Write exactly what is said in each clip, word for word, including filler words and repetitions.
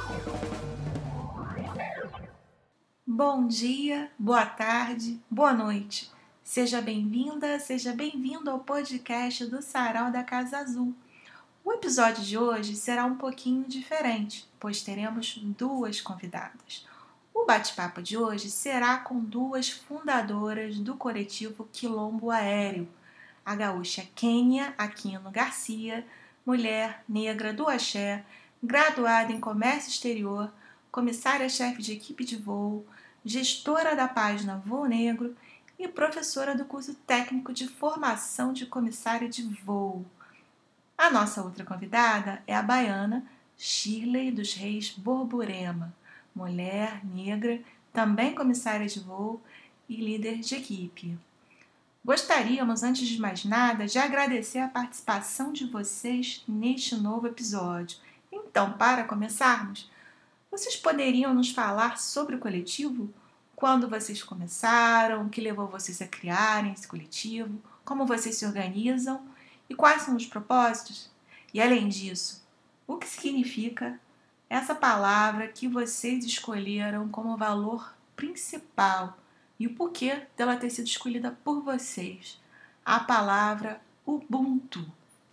Bom dia, boa tarde, boa noite. Seja bem-vinda, seja bem-vindo ao podcast do Sarau da Casa Azul. O episódio de hoje será um pouquinho diferente, pois teremos duas convidadas. O bate-papo de hoje será com duas fundadoras do coletivo Quilombo Aéreo, a gaúcha Kênia Aquino Garcia, mulher negra do Axé, graduada em Comércio Exterior, comissária-chefe de equipe de voo, gestora da página Voo Negro e professora do curso técnico de formação de comissária de voo. A nossa outra convidada é a baiana Shirley dos Reis Borborema, mulher negra, também comissária de voo e líder de equipe. Gostaríamos, antes de mais nada, de agradecer a participação de vocês neste novo episódio. Então, para começarmos, vocês poderiam nos falar sobre o coletivo? Quando vocês começaram, o que levou vocês a criarem esse coletivo, como vocês se organizam e quais são os propósitos? E além disso, o que significa essa palavra que vocês escolheram como valor principal e o porquê dela ter sido escolhida por vocês? A palavra Ubuntu.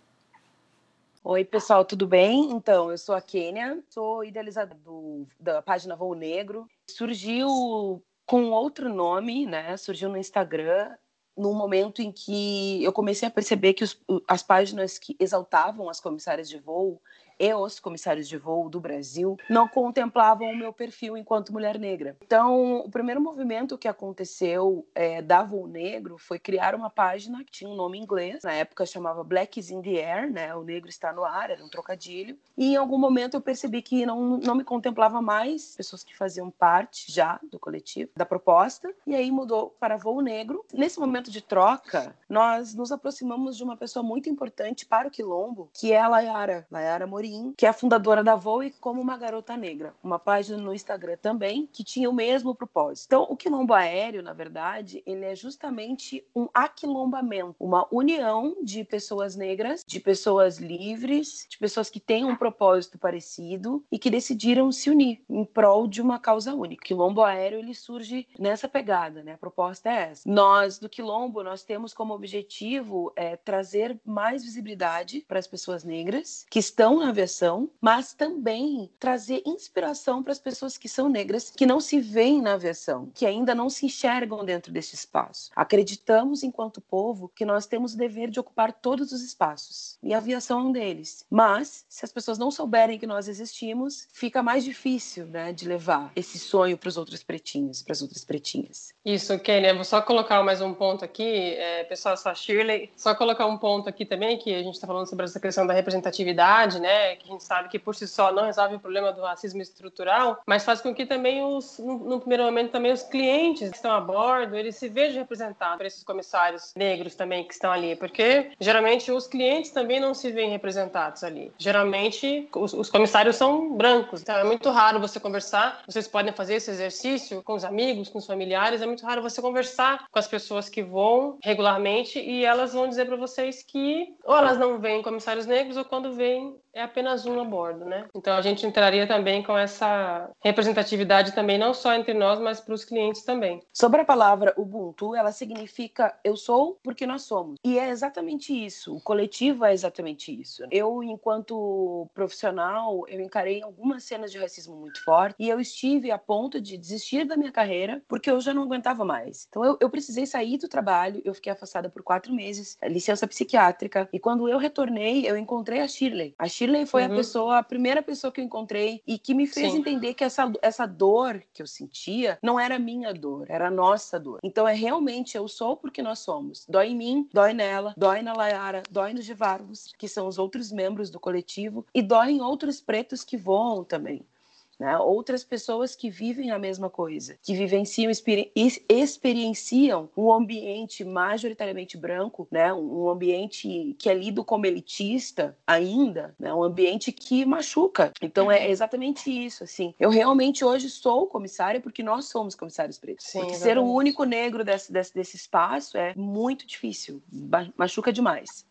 Oi, pessoal, tudo bem? Então, eu sou a Kênia, sou idealizadora do, da página Voo Negro. Surgiu com outro nome, né? Surgiu no Instagram, num momento em que eu comecei a perceber que os, as páginas que exaltavam as comissárias de voo e os comissários de voo do Brasil não contemplavam o meu perfil enquanto mulher negra. Então, o primeiro movimento que aconteceu é, da Voo Negro foi criar uma página que tinha um nome em inglês, na época chamava Black is in the Air, né? O negro está no ar, era um trocadilho. E em algum momento eu percebi que não, não me contemplava mais pessoas que faziam parte já do coletivo, da proposta, e aí mudou para Voo Negro. Nesse momento de troca, nós nos aproximamos de uma pessoa muito importante para o Quilombo, que é a Layara, Layara Morim, que é a fundadora da Voo e Como Uma Garota Negra, uma página no Instagram também, que tinha o mesmo propósito. Então, o Quilombo Aéreo, na verdade, ele é justamente um aquilombamento, uma união de pessoas negras, de pessoas livres, de pessoas que têm um propósito parecido e que decidiram se unir em prol de uma causa única. O Quilombo Aéreo, ele surge nessa pegada, né? A proposta é essa. Nós, do Quilombo, nós temos como objetivo é, trazer mais visibilidade para as pessoas negras que estão na aviação, mas também trazer inspiração para as pessoas que são negras, que não se veem na aviação, que ainda não se enxergam dentro desse espaço. Acreditamos, enquanto povo, que nós temos o dever de ocupar todos os espaços, e a aviação é um deles. Mas, se as pessoas não souberem que nós existimos, fica mais difícil, né, de levar esse sonho para os outros pretinhos, para as outras pretinhas. Isso, Kênia, vou só colocar mais um ponto aqui, é, pessoal, só a Shirley, só colocar um ponto aqui também, que a gente está falando sobre essa questão da representatividade, né, que a gente sabe que por si só não resolve o problema do racismo estrutural, mas faz com que também, os, no, no primeiro momento, também os clientes que estão a bordo, eles se vejam representados por esses comissários negros também que estão ali, porque geralmente os clientes também não se veem representados ali. Geralmente os, os comissários são brancos, então é muito raro você conversar, vocês podem fazer esse exercício com os amigos, com os familiares, é muito raro você conversar com as pessoas que voam regularmente e elas vão dizer para vocês que ou elas não veem comissários negros ou quando veem é apenas um a bordo, né? Então a gente entraria também com essa representatividade também, não só entre nós, mas para os clientes também. Sobre a palavra Ubuntu, ela significa eu sou porque nós somos. E é exatamente isso, o coletivo é exatamente isso. Eu, enquanto profissional, eu encarei algumas cenas de racismo muito forte e eu estive a ponto de desistir da minha carreira porque eu já não aguentava mais. Então eu, eu precisei sair do trabalho, eu fiquei afastada por quatro meses, licença psiquiátrica, e quando eu retornei, eu encontrei a Shirley. A Shirley foi uhum. a pessoa, a primeira pessoa que eu encontrei e que me fez Sim. entender que essa, essa dor que eu sentia não era minha dor, era a nossa dor. Então é realmente eu sou porque nós somos. Dói em mim, dói nela, dói na Layara, dói nos Givargos, que são os outros membros do coletivo, e dói em outros pretos que voam também. Né? Outras pessoas que vivem a mesma coisa, que vivenciam, experi- experienciam um ambiente majoritariamente branco, né? Um ambiente que é lido como elitista ainda, né? Um ambiente que machuca. Então é exatamente isso, assim. Eu realmente hoje sou comissária porque nós somos comissários pretos. Sim, porque exatamente. ser o único negro desse, desse, desse espaço é muito difícil, machuca demais.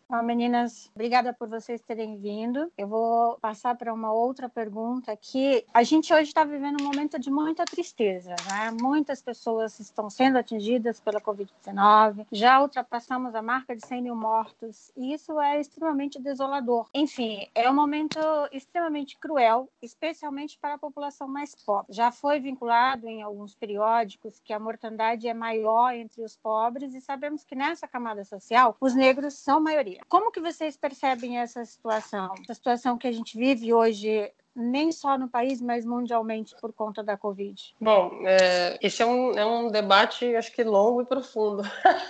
Bom, meninas, obrigada por vocês terem vindo. Eu vou passar para uma outra pergunta que a gente hoje está vivendo um momento de muita tristeza, né? Muitas pessoas estão sendo atingidas pela covid dezenove, já ultrapassamos a marca de cem mil mortos e isso é extremamente desolador. Enfim, é um momento extremamente cruel, especialmente para a população mais pobre. Já foi vinculado em alguns periódicos que a mortandade é maior entre os pobres e sabemos que nessa camada social os negros são maioria. Como que vocês percebem essa situação? Essa situação que a gente vive hoje, nem só no país, mas mundialmente por conta da Covid? Bom, é, esse é um, é um debate, acho que longo e profundo.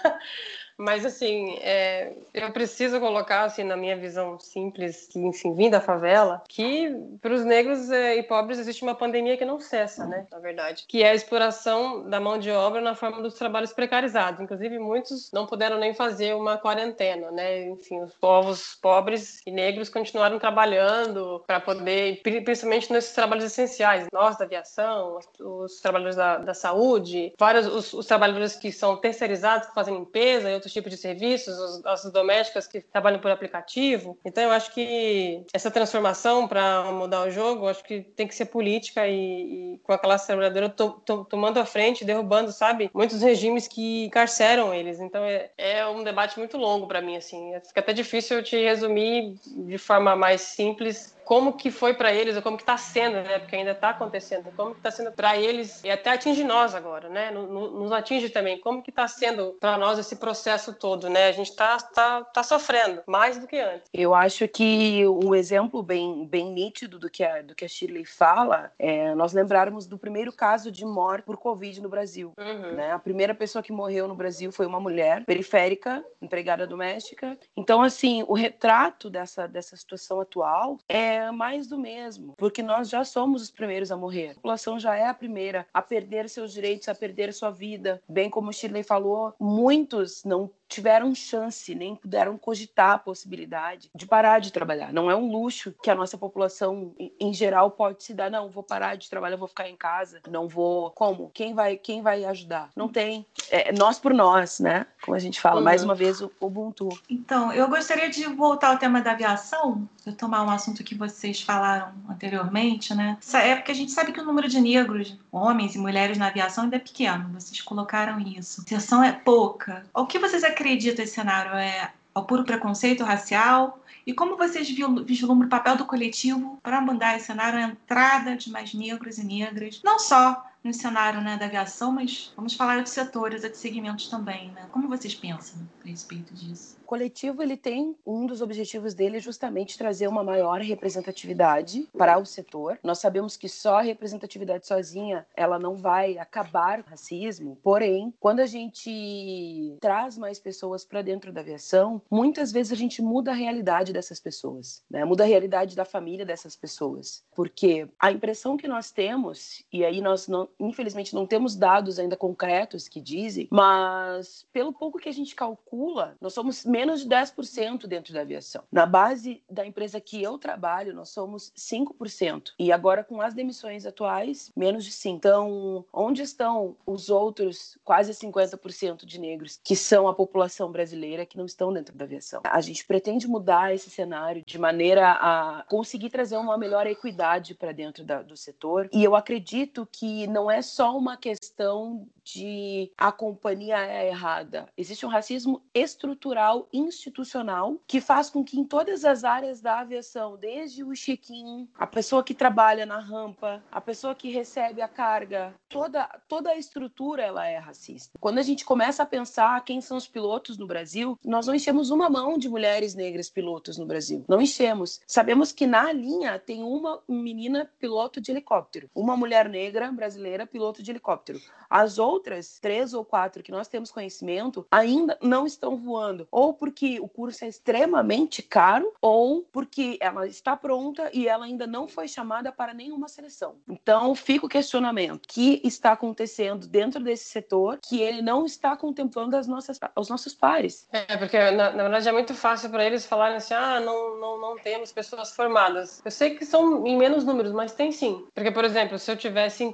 Mas, assim, é, eu preciso colocar, assim, na minha visão simples, que, enfim, vim da favela, que para os negros é, e pobres existe uma pandemia que não cessa, né, na verdade, que é a exploração da mão de obra na forma dos trabalhos precarizados. Inclusive, muitos não puderam nem fazer uma quarentena, né, enfim, os povos pobres e negros continuaram trabalhando para poder, principalmente nesses trabalhos essenciais, nós da aviação, os, os trabalhadores da, da saúde, vários, os, os trabalhadores que são terceirizados, que fazem limpeza e outros tipos de serviços, as, as domésticas que trabalham por aplicativo. Então, eu acho que essa transformação para mudar o jogo, eu acho que tem que ser política e, e com a classe trabalhadora to, to, tomando a frente, derrubando, sabe, muitos regimes que encarceram eles. Então, é, é um debate muito longo para mim, assim. Fica até difícil eu te resumir de forma mais simples como que foi para eles, ou como que está sendo, né? Porque ainda está acontecendo, como que está sendo para eles, e até atinge nós agora, né? Nos atinge também, como que está sendo para nós esse processo todo, né? A gente está tá, tá sofrendo, mais do que antes. Eu acho que um exemplo bem, bem nítido do que, a, do que a Shirley fala é nós lembrarmos do primeiro caso de morte por Covid no Brasil. Uhum. Né? A primeira pessoa que morreu no Brasil foi uma mulher periférica, empregada doméstica. Então, assim, o retrato dessa, dessa situação atual é É mais do mesmo, porque nós já somos os primeiros a morrer. A população já é a primeira a perder seus direitos, a perder sua vida. Bem como o Shirley falou, muitos não tiveram chance, nem puderam cogitar a possibilidade de parar de trabalhar. Não é um luxo que a nossa população, em geral, pode se dar. Não, vou parar de trabalhar, vou ficar em casa. Não vou... Como? Quem vai, quem vai ajudar? Não tem. É nós por nós, né? Como a gente fala. Uhum. Mais uma vez, o Ubuntu. Então, eu gostaria de voltar ao tema da aviação, retomar um assunto que vocês falaram anteriormente, né? É porque a gente sabe que o número de negros, homens e mulheres na aviação ainda é pequeno. Vocês colocaram isso. A inserção é pouca. O que vocês acreditam esse cenário? É ao puro preconceito racial? E como vocês vislumbram o papel do coletivo para mudar esse cenário, a entrada de mais negros e negras, não só no cenário, né, da aviação, mas vamos falar de setores, de segmentos também, né? Como vocês pensam a respeito disso? O coletivo, ele tem, um dos objetivos dele é justamente trazer uma maior representatividade para o setor. Nós sabemos que só a representatividade sozinha, ela não vai acabar com o racismo, porém, quando a gente traz mais pessoas para dentro da aviação, muitas vezes a gente muda a realidade dessas pessoas, né? Muda a realidade da família dessas pessoas, porque a impressão que nós temos, e aí nós não, infelizmente não temos dados ainda concretos que dizem, mas pelo pouco que a gente calcula, nós somos menos de dez por cento dentro da aviação. Na base da empresa que eu trabalho, nós somos cinco por cento. E agora, com as demissões atuais, menos de cinco por cento. Então, onde estão os outros quase cinquenta por cento de negros, que são a população brasileira, que não estão dentro da aviação? A gente pretende mudar esse cenário de maneira a conseguir trazer uma melhor equidade para dentro da, do setor. E eu acredito que não é só uma questão de a companhia é errada. Existe um racismo estrutural, institucional, que faz com que em todas as áreas da aviação, desde o check-in, a pessoa que trabalha na rampa, a pessoa que recebe a carga, toda, toda a estrutura ela é racista. Quando a gente começa a pensar quem são os pilotos no Brasil, nós não enchemos uma mão de mulheres negras pilotos no Brasil. Não enchemos. Sabemos que na linha tem uma menina piloto de helicóptero, uma mulher negra brasileira piloto de helicóptero. As outras três ou quatro que nós temos conhecimento ainda não estão voando, ou porque o curso é extremamente caro, ou porque ela está pronta e ela ainda não foi chamada para nenhuma seleção. Então, fica o questionamento: o que está acontecendo dentro desse setor que ele não está contemplando as nossas, os nossos pares? É, porque na, na verdade é muito fácil para eles falarem assim, ah, não, não, não temos pessoas formadas. Eu sei que são em menos números, mas tem sim. Porque, por exemplo, se eu tiver cinquenta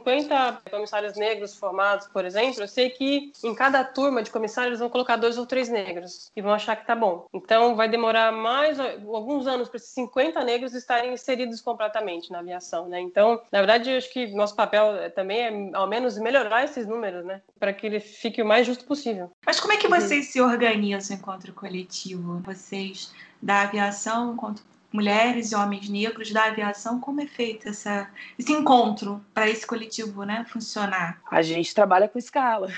coloca comissários negros formados, por exemplo, eu sei que em cada turma de comissários eles vão colocar dois ou três negros e vão achar que tá bom. Então vai demorar mais alguns anos para esses cinquenta negros estarem inseridos completamente na aviação, né? Então, na verdade, eu acho que nosso papel também é, ao menos, melhorar esses números, né? Para que ele fique o mais justo possível. Mas como é que vocês uhum. se organizam em encontro coletivo? Vocês da aviação, enquanto mulheres e homens negros da aviação, como é feito essa, esse encontro para esse coletivo, né, funcionar? A gente trabalha com escala.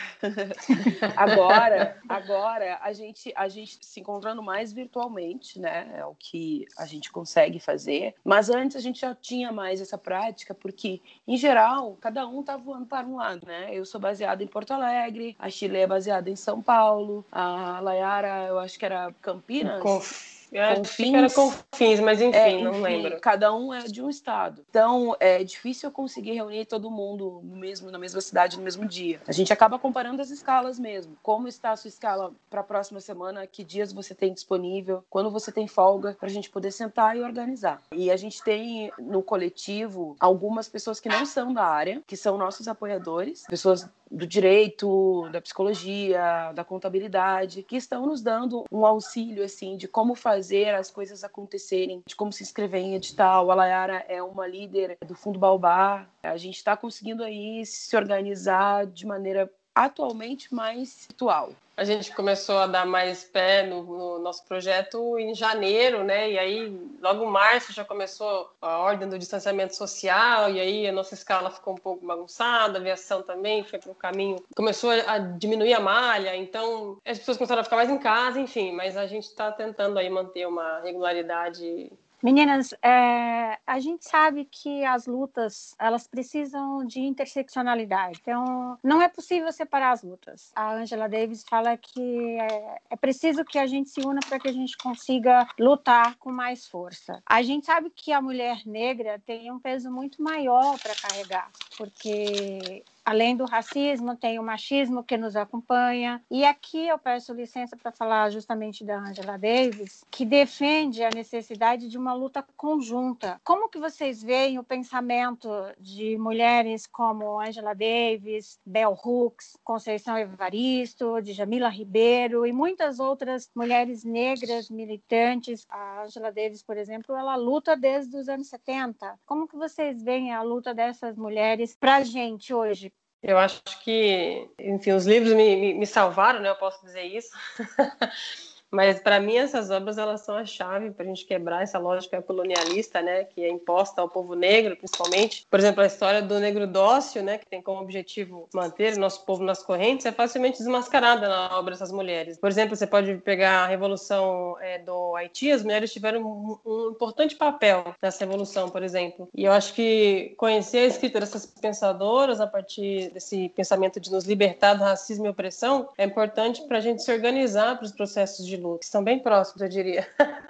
agora, agora a gente a gente se encontrando mais virtualmente, né? É o que a gente consegue fazer. Mas antes a gente já tinha mais essa prática, porque em geral cada um tá voando para um lado, né? Eu sou baseada em Porto Alegre, a Shirley é baseada em São Paulo, a Layara eu acho que era Campinas. Conf... Confins, era Confins, mas enfim, é, não enfim, lembro. Cada um é de um estado. Então, é difícil eu conseguir reunir todo mundo no mesmo, na mesma cidade no mesmo dia. A gente acaba comparando as escalas mesmo. Como está a sua escala para a próxima semana? Que dias você tem disponível? Quando você tem folga? Para a gente poder sentar e organizar. E a gente tem no coletivo algumas pessoas que não são da área, que são nossos apoiadores, pessoas do direito, da psicologia, da contabilidade, que estão nos dando um auxílio, assim, de como fazer as coisas acontecerem, de como se inscrever em edital. A Layara é uma líder do Fundo Baobá. A gente está conseguindo aí se organizar de maneira atualmente mais atual. A gente começou a dar mais pé no, no nosso projeto em janeiro, né? E aí, logo em março, já começou a ordem do distanciamento social, e aí a nossa escala ficou um pouco bagunçada, a aviação também foi para o caminho, começou a diminuir a malha, então as pessoas começaram a ficar mais em casa, enfim, mas a gente está tentando aí manter uma regularidade. Meninas, é, a gente sabe que as lutas, elas precisam de interseccionalidade. Então, não é possível separar as lutas. A Angela Davis fala que é, é preciso que a gente se una para que a gente consiga lutar com mais força. A gente sabe que a mulher negra tem um peso muito maior para carregar, porque além do racismo, tem o machismo que nos acompanha. E aqui eu peço licença para falar justamente da Angela Davis, que defende a necessidade de uma luta conjunta. Como que vocês veem o pensamento de mulheres como Angela Davis, Bell Hooks, Conceição Evaristo, Djamila Ribeiro e muitas outras mulheres negras militantes? A Angela Davis, por exemplo, ela luta desde os anos setenta. Como que vocês veem a luta dessas mulheres para a gente hoje? Eu acho que, enfim, os livros me, me, me salvaram, né? Eu posso dizer isso. Mas, para mim, essas obras elas são a chave para a gente quebrar essa lógica colonialista, né, que é imposta ao povo negro, principalmente. Por exemplo, a história do negro dócil, né, que tem como objetivo manter o nosso povo nas correntes, é facilmente desmascarada na obra dessas mulheres. Por exemplo, você pode pegar a Revolução é, do Haiti, as mulheres tiveram um, um importante papel nessa revolução, por exemplo. E eu acho que conhecer a escrita dessas pensadoras, a partir desse pensamento de nos libertar do racismo e opressão, é importante para a gente se organizar para os processos de que estão bem próximos, eu diria.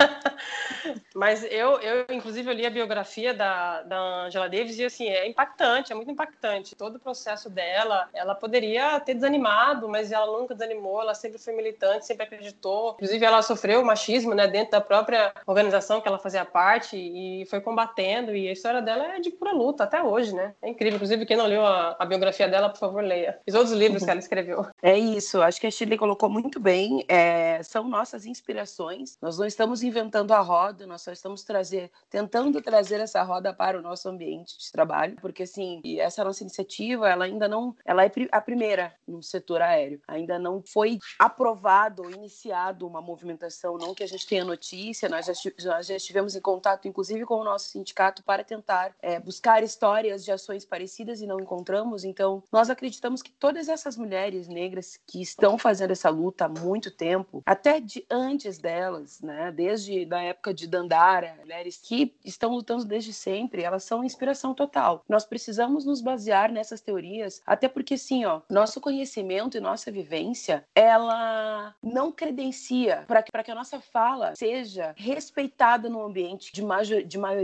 Mas eu, eu, inclusive, eu li a biografia da, da Angela Davis e, assim, é impactante, é muito impactante. Todo o processo dela, ela poderia ter desanimado, mas ela nunca desanimou, ela sempre foi militante, sempre acreditou. Inclusive, ela sofreu machismo, né, dentro da própria organização que ela fazia parte e foi combatendo, e a história dela é de pura luta até hoje, né? É incrível. Inclusive, quem não leu a, a biografia dela, por favor, leia. E os outros livros uhum. que ela escreveu. É isso, acho que a Shirley colocou muito bem. É, são nossas inspirações. Nós não estamos inventando a roda, nós só estamos trazer, tentando trazer essa roda para o nosso ambiente de trabalho, porque assim, essa nossa iniciativa, ela ainda não, ela é a primeira no setor aéreo. Ainda não foi aprovado ou iniciado uma movimentação, não que a gente tenha notícia, nós já, nós já estivemos em contato, inclusive, com o nosso sindicato para tentar é, buscar histórias de ações parecidas e não encontramos. Então, nós acreditamos que todas essas mulheres negras que estão fazendo essa luta há muito tempo, até de antes delas, né, desde a época de Dandara, mulheres que estão lutando desde sempre, elas são inspiração total. Nós precisamos nos basear nessas teorias, até porque, assim, ó, nosso conhecimento e nossa vivência, ela não credencia para que, para que a nossa fala seja respeitada no ambiente de, major, de maioria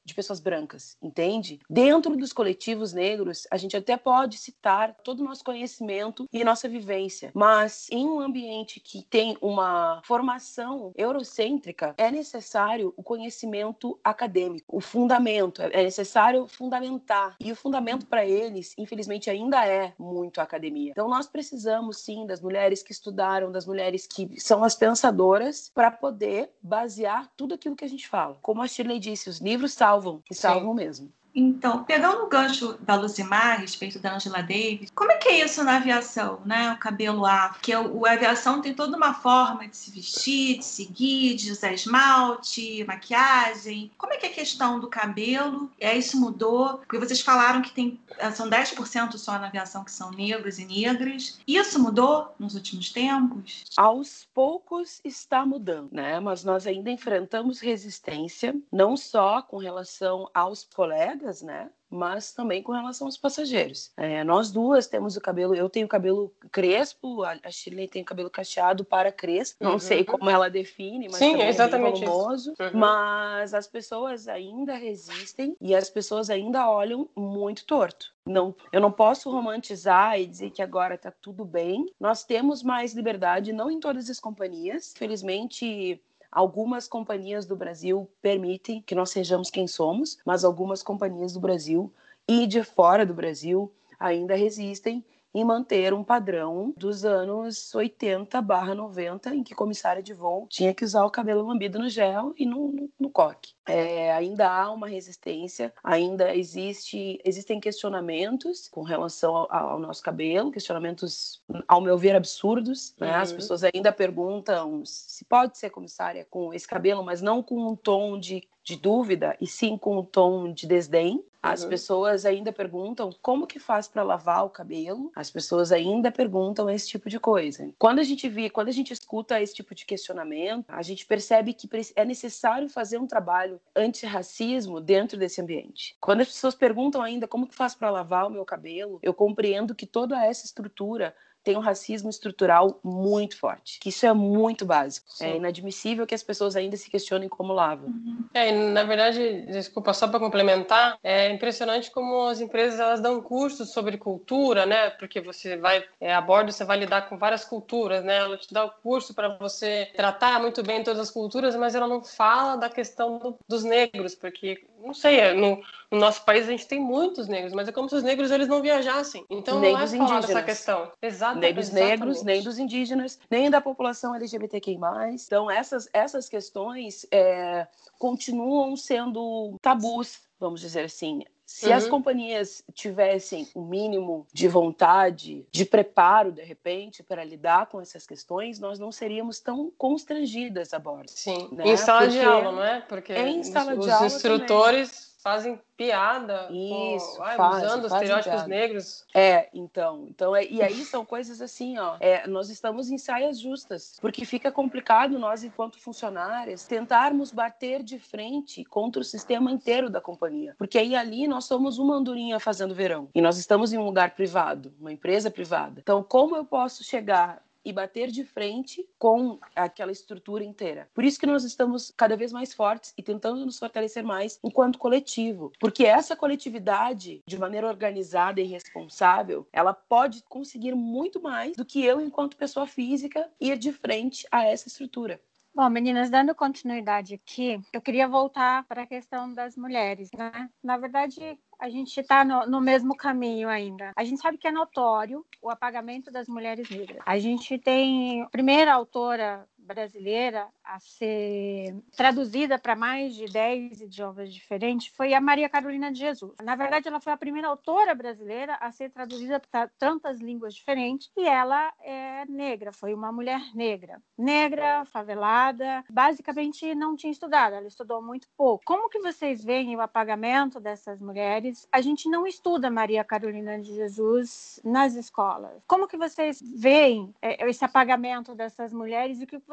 de pessoas brancas, entende? Dentro dos coletivos negros, a gente até pode citar todo o nosso conhecimento e nossa vivência, mas em um ambiente que tem uma formação eurocêntrica, é necessário o conhecimento acadêmico, o fundamento, é necessário fundamentar, e o fundamento para eles, infelizmente, ainda é muito a academia. Então nós precisamos sim das mulheres que estudaram, das mulheres que são as pensadoras, para poder basear tudo aquilo que a gente fala. Como a Shirley disse, os livros salvam, e salvam Sim. mesmo. Então, pegando o gancho da Luzimar a respeito da Angela Davis, como é que é isso na aviação, né? O cabelo afro, porque o, o aviação tem toda uma forma de se vestir, de seguir, de usar esmalte, maquiagem. Como é que é a questão do cabelo? É, isso mudou? Porque vocês falaram que tem, são dez por cento só na aviação que são negros e negras. Isso mudou nos últimos tempos? Aos poucos está mudando, né? Mas nós ainda enfrentamos resistência, não só com relação aos colegas, né? Mas também com relação aos passageiros. É, nós duas temos o cabelo, eu tenho cabelo crespo, a Shirley tem o cabelo cacheado para crespo, não uhum. sei como ela define, mas Sim, também é exatamente é bem volumoso. Uhum. Mas as pessoas ainda resistem e as pessoas ainda olham muito torto. Não, eu não posso romantizar e dizer que agora está tudo bem. Nós temos mais liberdade, não em todas as companhias. Felizmente, algumas companhias do Brasil permitem que nós sejamos quem somos, mas algumas companhias do Brasil e de fora do Brasil ainda resistem em manter um padrão dos anos oitenta barra noventa, em que comissária de voo tinha que usar o cabelo lambido no gel e no, no, no coque. É, ainda há uma resistência, ainda existe, existem questionamentos com relação ao, ao nosso cabelo, questionamentos, ao meu ver, absurdos. Né? Uhum. As pessoas ainda perguntam se pode ser comissária com esse cabelo, mas não com um tom de, de dúvida, e sim com um tom de desdém. As uhum. pessoas ainda perguntam como que faz para lavar o cabelo. As pessoas ainda perguntam esse tipo de coisa. Quando a gente vê, quando a gente escuta esse tipo de questionamento, a gente percebe que é necessário fazer um trabalho antirracismo dentro desse ambiente. Quando as pessoas perguntam ainda como que faz para lavar o meu cabelo, eu compreendo que toda essa estrutura tem um racismo estrutural muito forte, que isso é muito básico. Sim. É inadmissível que as pessoas ainda se questionem como lavam. Uhum. É, na verdade, desculpa, só para complementar, é impressionante como as empresas elas dão cursos sobre cultura, né? Porque você vai, é, a bordo você vai lidar com várias culturas, né? Ela te dá o curso para você tratar muito bem todas as culturas, mas ela não fala da questão do, dos negros, porque, não sei, no, no nosso país a gente tem muitos negros, mas é como se os negros eles não viajassem. Então nem não é falada essa questão. Exato. Nem dos Exatamente. negros, nem dos indígenas, nem da população L G B T Q I mais. Então, essas, essas questões é, continuam sendo tabus, vamos dizer assim. Se uhum. as companhias tivessem o um mínimo de vontade, de preparo, de repente, para lidar com essas questões, nós não seríamos tão constrangidas a bordo. Sim, né? em sala Porque de aula, não é? Porque em sala os, de os aula instrutores também. Fazem piada Isso, com, ai, fazem, usando os fazem estereótipos piada. negros. É, então, então é, e aí são coisas assim, ó, é, nós estamos em saias justas, porque fica complicado nós, enquanto funcionárias, tentarmos bater de frente contra o sistema inteiro da companhia, porque aí ali nós somos uma andorinha fazendo verão, e nós estamos em um lugar privado, uma empresa privada. Então, como eu posso chegar e bater de frente com aquela estrutura inteira? Por isso que nós estamos cada vez mais fortes e tentando nos fortalecer mais enquanto coletivo. Porque essa coletividade, de maneira organizada e responsável, ela pode conseguir muito mais do que eu, enquanto pessoa física, ir de frente a essa estrutura. Bom, meninas, dando continuidade aqui, eu queria voltar para a questão das mulheres, né? Na verdade, a gente está no, no mesmo caminho ainda. A gente sabe que é notório o apagamento das mulheres negras. A gente tem a primeira autora brasileira a ser traduzida para mais de dez idiomas diferentes foi a Maria Carolina de Jesus. Na verdade, ela foi a primeira autora brasileira a ser traduzida para tantas línguas diferentes e ela é negra, foi uma mulher negra. Negra, favelada, basicamente não tinha estudado, ela estudou muito pouco. Como que vocês veem o apagamento dessas mulheres? A gente não estuda Maria Carolina de Jesus nas escolas. Como que vocês veem esse apagamento dessas mulheres e o que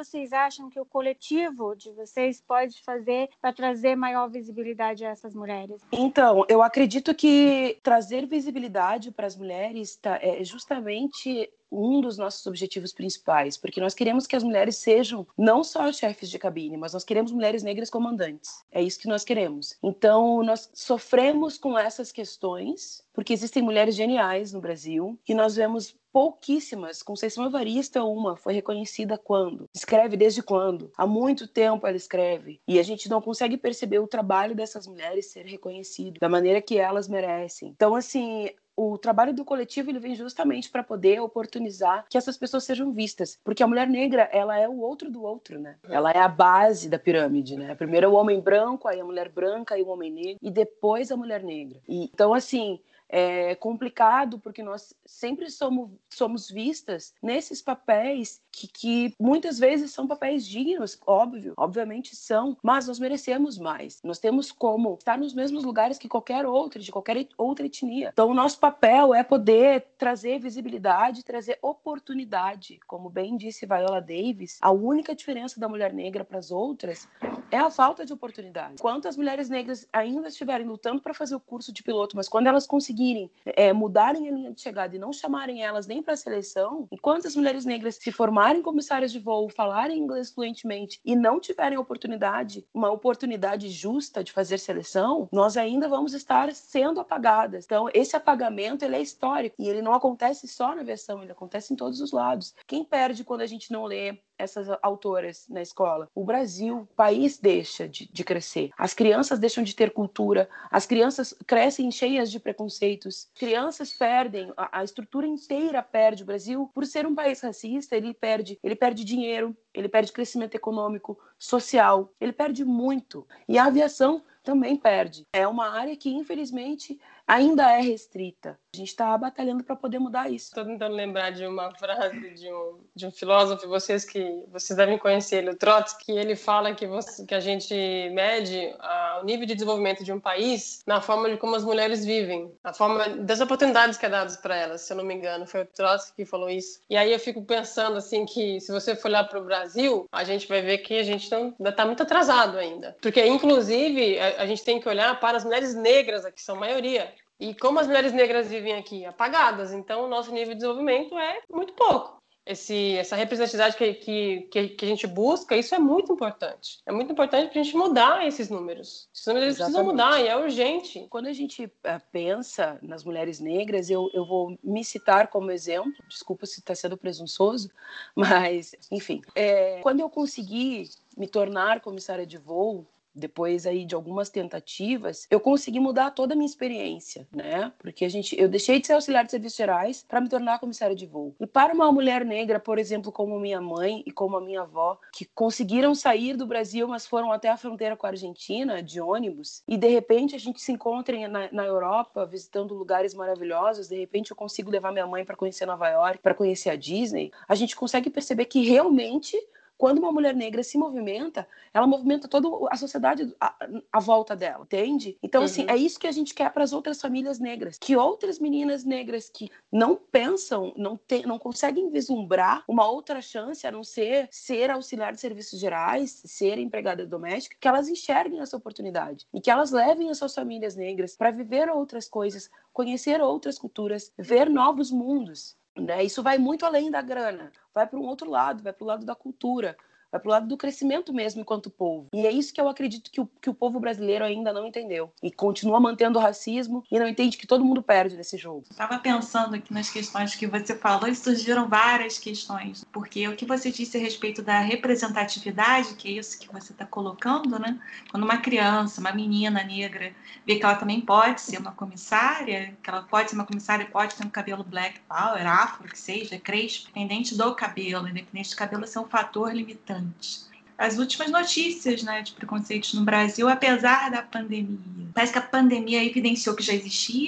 vocês acham que o coletivo de vocês pode fazer para trazer maior visibilidade a essas mulheres? Então, eu acredito que trazer visibilidade para as mulheres tá, é justamente um dos nossos objetivos principais, porque nós queremos que as mulheres sejam não só chefes de cabine, mas nós queremos mulheres negras comandantes. É isso que nós queremos. Então, nós sofremos com essas questões, porque existem mulheres geniais no Brasil, e nós vemos pouquíssimas. Conceição Evaristo é uma, foi reconhecida quando? Escreve desde quando? Há muito tempo ela escreve. E a gente não consegue perceber o trabalho dessas mulheres ser reconhecido da maneira que elas merecem. Então, assim, o trabalho do coletivo ele vem justamente para poder oportunizar que essas pessoas sejam vistas, porque a mulher negra ela é o outro do outro, né? Ela é a base da pirâmide, né? Primeiro é o homem branco, aí a mulher branca, aí o homem negro e depois a mulher negra. E, então assim é complicado porque nós sempre somos, somos vistas nesses papéis que, que muitas vezes são papéis dignos, óbvio, obviamente são, mas nós merecemos mais. Nós temos como estar nos mesmos lugares que qualquer outro, de qualquer outra etnia. Então o nosso papel é poder trazer visibilidade, trazer oportunidade. Como bem disse Viola Davis, a única diferença da mulher negra para as outras é a falta de oportunidade. Enquanto as mulheres negras ainda estiverem lutando para fazer o curso de piloto, mas quando elas conseguirem É, mudarem a linha de chegada e não chamarem elas nem para a seleção, enquanto as mulheres negras se formarem comissárias de voo, falarem inglês fluentemente e não tiverem oportunidade, uma oportunidade justa de fazer seleção, nós ainda vamos estar sendo apagadas. Então, esse apagamento ele é histórico e ele não acontece só na aviação, ele acontece em todos os lados. Quem perde quando a gente não lê essas autoras na escola? O Brasil, o país deixa de, de crescer. As crianças deixam de ter cultura, as crianças crescem cheias de preconceitos, crianças perdem, a, a estrutura inteira perde. O Brasil, por ser um país racista, ele perde, ele perde dinheiro, ele perde crescimento econômico, social, ele perde muito. E a aviação também perde. É uma área que, infelizmente, ainda é restrita. A gente está batalhando para poder mudar isso. Estou tentando lembrar de uma frase de um, de um filósofo, vocês que vocês devem conhecer ele, o Trotsky, que ele fala que, você, que a gente mede a, o nível de desenvolvimento de um país na forma de como as mulheres vivem, a forma das oportunidades que é dadas para elas, se eu não me engano. Foi o Trotsky que falou isso. E aí eu fico pensando assim que se você for olhar para o Brasil, a gente vai ver que a gente não, ainda está muito atrasado ainda. Porque, inclusive, a, a gente tem que olhar para as mulheres negras, que são maioria. E como as mulheres negras vivem aqui apagadas, então o nosso nível de desenvolvimento é muito pouco. Esse, essa representatividade que, que, que a gente busca, isso é muito importante. É muito importante para a gente mudar esses números. Esses números eles precisam mudar e é urgente. Quando a gente uh, pensa nas mulheres negras, eu, eu vou me citar como exemplo, desculpa se está sendo presunçoso, mas, enfim. É, quando eu consegui me tornar comissária de voo, depois aí de algumas tentativas, eu consegui mudar toda a minha experiência, né? Porque a gente, eu deixei de ser auxiliar de serviços gerais para me tornar comissária de voo. E para uma mulher negra, por exemplo, como minha mãe e como a minha avó, que conseguiram sair do Brasil, mas foram até a fronteira com a Argentina de ônibus, e de repente a gente se encontra na, na Europa visitando lugares maravilhosos, de repente eu consigo levar minha mãe para conhecer Nova York, para conhecer a Disney, a gente consegue perceber que realmente quando uma mulher negra se movimenta, ela movimenta toda a sociedade à, à volta dela, entende? Então, uhum. assim, é isso que a gente quer para as outras famílias negras. Que outras meninas negras que não pensam, não, te, não conseguem vislumbrar uma outra chance a não ser ser auxiliar de serviços gerais, ser empregada doméstica, que elas enxerguem essa oportunidade e que elas levem as suas famílias negras para viver outras coisas, conhecer outras culturas, ver novos mundos. Né? Isso vai muito além da grana, vai para um outro lado, vai para o lado da cultura, vai para o lado do crescimento mesmo enquanto povo. E é isso que eu acredito que o, que o povo brasileiro ainda não entendeu. E continua mantendo o racismo e não entende que todo mundo perde nesse jogo. Estava pensando aqui nas questões que você falou e surgiram várias questões. Porque o que você disse a respeito da representatividade, que é isso que você está colocando, né? Quando uma criança, uma menina negra, vê que ela também pode ser uma comissária, que ela pode ser uma comissária e pode ter um cabelo black power, afro, que seja, crespo, independente do cabelo, independente do cabelo ser um fator limitante. As últimas notícias, né, de preconceitos no Brasil, apesar da pandemia. Parece que a pandemia evidenciou que já existia,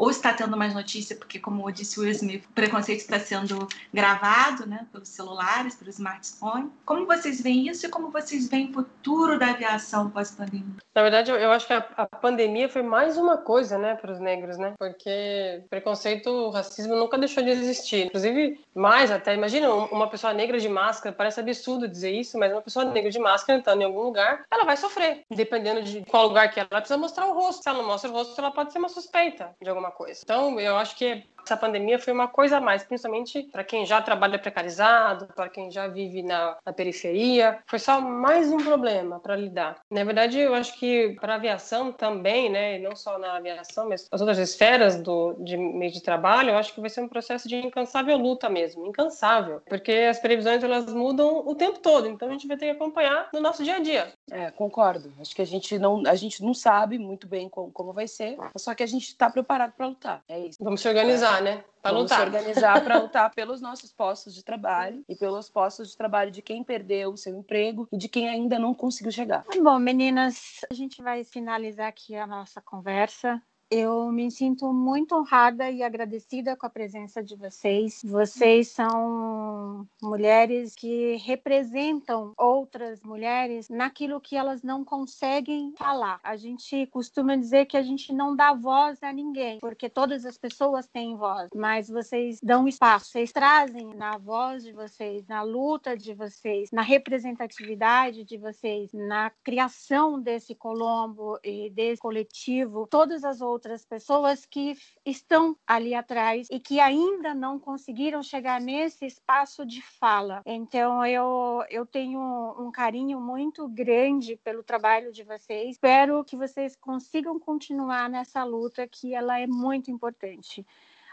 ou está tendo mais notícia, porque, como disse o Will Smith, o preconceito está sendo gravado, né, pelos celulares, pelos smartphones. Como vocês veem isso e como vocês veem o futuro da aviação pós-pandemia? Na verdade, eu, eu acho que a, a pandemia foi mais uma coisa, né, para os negros, né? Porque preconceito, o racismo nunca deixou de existir. Inclusive, mais até, imagina uma pessoa negra de máscara, parece absurdo dizer isso, mas uma pessoa negra de máscara entrando em algum lugar, ela vai sofrer, dependendo de qual lugar que ela, ela precisa mostrar o rosto. Se ela não mostra o rosto, ela pode ser uma suspeita de alguma coisa. Então, eu acho que essa pandemia foi uma coisa a mais, principalmente para quem já trabalha precarizado, para quem já vive na, na periferia. Foi só mais um problema para lidar. Na verdade, eu acho que para a aviação também, né, e não só na aviação, mas as outras esferas do, de meio de trabalho, eu acho que vai ser um processo de incansável luta mesmo, incansável, porque as previsões elas mudam o tempo todo, então a gente vai ter que acompanhar no nosso dia a dia. É, concordo. Acho que a gente não, a gente não sabe muito bem como, como vai ser, só que a gente está preparado para lutar. É isso. Vamos se organizar. Né? Pra Vamos lutar. se organizar para lutar pelos nossos postos de trabalho e pelos postos de trabalho de quem perdeu o seu emprego e de quem ainda não conseguiu chegar. Bom, meninas, a gente vai finalizar aqui a nossa conversa. Eu me sinto muito honrada e agradecida com a presença de vocês. Vocês são mulheres que representam outras mulheres naquilo que elas não conseguem falar. A gente costuma dizer que a gente não dá voz a ninguém, porque todas as pessoas têm voz, mas vocês dão espaço, vocês trazem na voz de vocês, na luta de vocês, na representatividade de vocês, na criação desse Colombo e desse coletivo, todas as outras outras pessoas que estão ali atrás e que ainda não conseguiram chegar nesse espaço de fala. Então, eu, eu tenho um carinho muito grande pelo trabalho de vocês. Espero que vocês consigam continuar nessa luta, que ela é muito importante.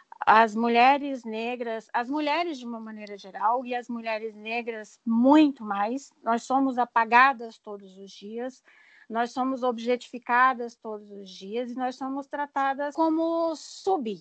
As mulheres negras, as mulheres de uma maneira geral e as mulheres negras muito mais, nós somos apagadas todos os dias. Nós somos objetificadas todos os dias e nós somos tratadas como sub.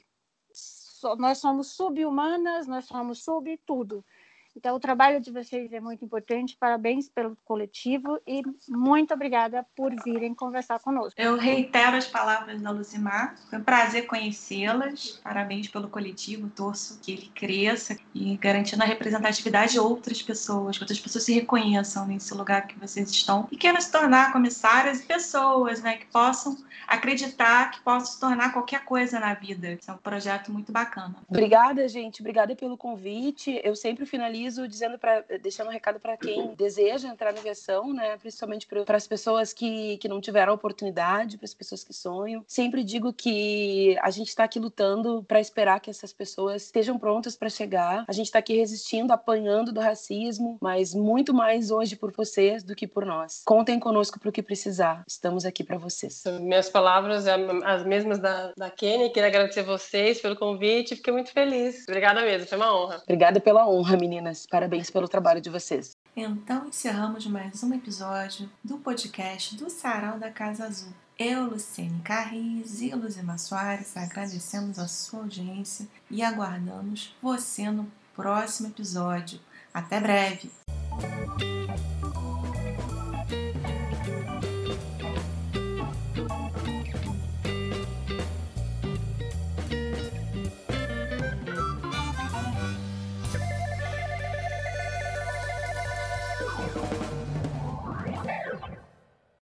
Nós somos sub-humanas, nós somos sub tudo. Então, o trabalho de vocês é muito importante. Parabéns pelo coletivo e muito obrigada por virem conversar conosco. Eu reitero as palavras da Lucimar. Foi um prazer conhecê-las. Parabéns pelo coletivo. Torço que ele cresça e garantindo a representatividade de outras pessoas, que outras pessoas se reconheçam nesse lugar que vocês estão e queiram se tornar comissárias e pessoas, né, que possam acreditar que possam se tornar qualquer coisa na vida. Esse é um projeto muito bacana. Obrigada, gente. Obrigada pelo convite. Eu sempre finalizo dizendo pra, deixando um recado para quem deseja entrar na aviação, né? Principalmente para as pessoas que, que não tiveram a oportunidade, para as pessoas que sonham. Sempre digo que a gente está aqui lutando para esperar que essas pessoas estejam prontas para chegar. A gente está aqui resistindo, apanhando do racismo, mas muito mais hoje por vocês do que por nós. Contem conosco para o que precisar. Estamos aqui para vocês. Minhas palavras são as mesmas da, da Kênia. Queria agradecer vocês pelo convite. Fiquei muito feliz. Obrigada mesmo. Foi uma honra. Obrigada pela honra, meninas. Parabéns pelo trabalho de vocês. Então, encerramos mais um episódio do podcast do Sarau da Casa Azul. Eu, Luciene Carriz e Luzimar Soares agradecemos a sua audiência e aguardamos você no próximo episódio. Até breve!